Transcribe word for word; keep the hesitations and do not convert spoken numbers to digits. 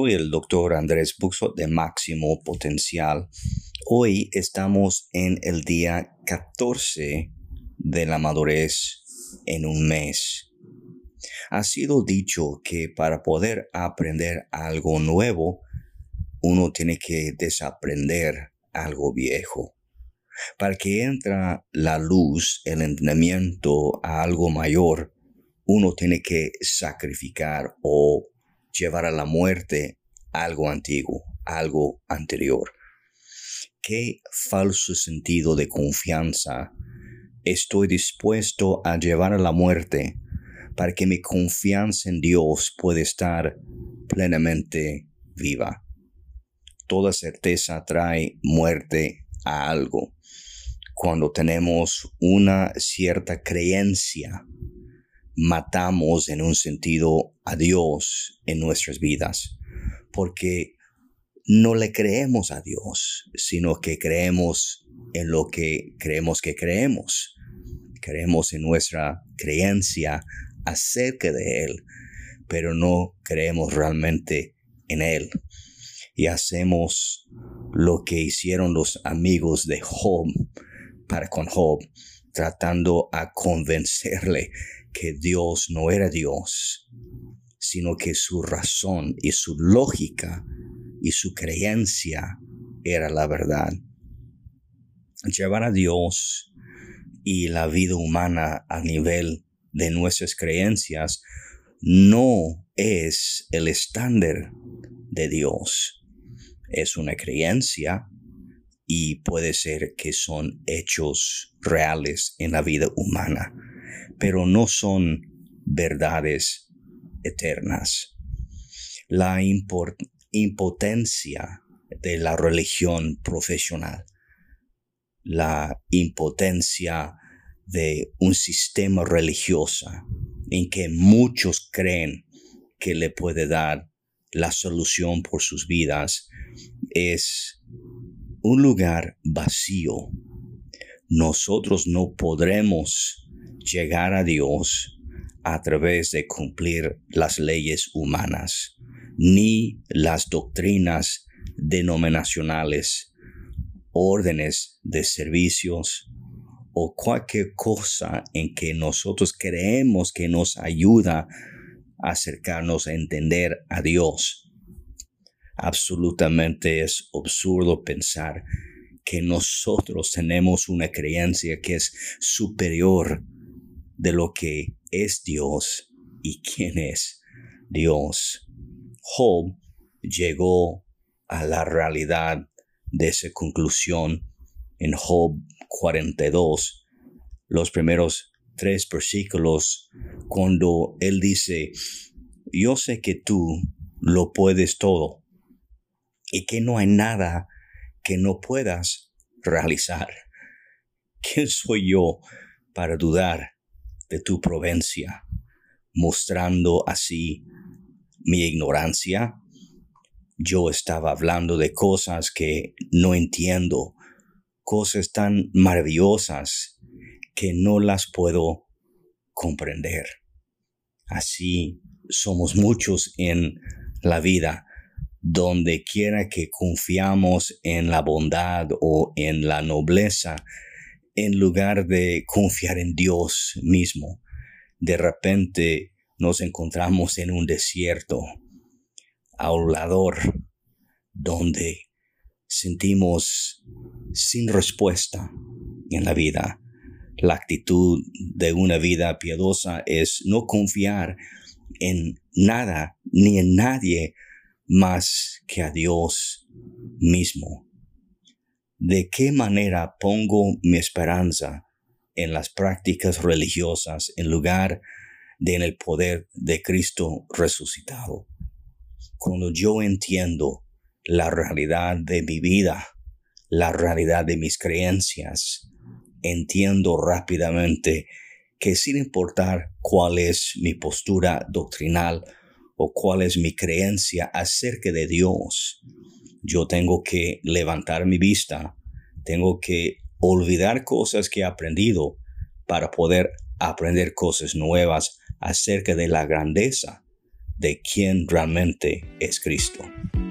Soy el doctor Andrés Buxo de Máximo Potencial. Hoy estamos en el día catorce de la madurez en un mes. Ha sido dicho que para poder aprender algo nuevo, uno tiene que desaprender algo viejo. Para que entre la luz, el entendimiento a algo mayor, uno tiene que sacrificar o llevar a la muerte algo antiguo, algo anterior. ¿Qué falso sentido de confianza estoy dispuesto a llevar a la muerte para que mi confianza en Dios pueda estar plenamente viva? Toda certeza trae muerte a algo. Cuando tenemos una cierta creencia, matamos en un sentido a Dios en nuestras vidas, porque no le creemos a Dios, sino que creemos en lo que creemos que creemos. Creemos en nuestra creencia acerca de Él, pero no creemos realmente en Él. Y hacemos lo que hicieron los amigos de Job para con Job, tratando a convencerle que Dios no era Dios, sino que su razón y su lógica y su creencia era la verdad. Llevar a Dios y la vida humana a nivel de nuestras creencias no es el estándar de Dios. Es una creencia y puede ser que son hechos reales en la vida humana, pero no son verdades eternas. La import- impotencia de la religión profesional, la impotencia de un sistema religioso en que muchos creen que le puede dar la solución por sus vidas, es un lugar vacío. Nosotros no podremos llegar a Dios a través de cumplir las leyes humanas, ni las doctrinas denominacionales, órdenes de servicios o cualquier cosa en que nosotros creemos que nos ayuda a acercarnos a entender a Dios. Absolutamente es absurdo pensar que nosotros tenemos una creencia que es superior de lo que es Dios y quién es Dios. Job llegó a la realidad de esa conclusión en Job cuarenta y dos, los primeros tres versículos, cuando él dice: yo sé que tú lo puedes todo y que no hay nada que no puedas realizar. ¿Quién soy yo para dudar de tu prudencia, mostrando así mi ignorancia? Yo estaba hablando de cosas que no entiendo, cosas tan maravillosas que no las puedo comprender. Así somos muchos en la vida. Donde quiera que confiamos en la bondad o en la nobleza, en lugar de confiar en Dios mismo, de repente nos encontramos en un desierto ahogador, donde sentimos sin respuesta en la vida. La actitud de una vida piadosa es no confiar en nada ni en nadie más que a Dios mismo. ¿De qué manera pongo mi esperanza en las prácticas religiosas en lugar de en el poder de Cristo resucitado? Cuando yo entiendo la realidad de mi vida, la realidad de mis creencias, entiendo rápidamente que sin importar cuál es mi postura doctrinal o cuál es mi creencia acerca de Dios, yo tengo que levantar mi vista, tengo que olvidar cosas que he aprendido para poder aprender cosas nuevas acerca de la grandeza de quién realmente es Cristo.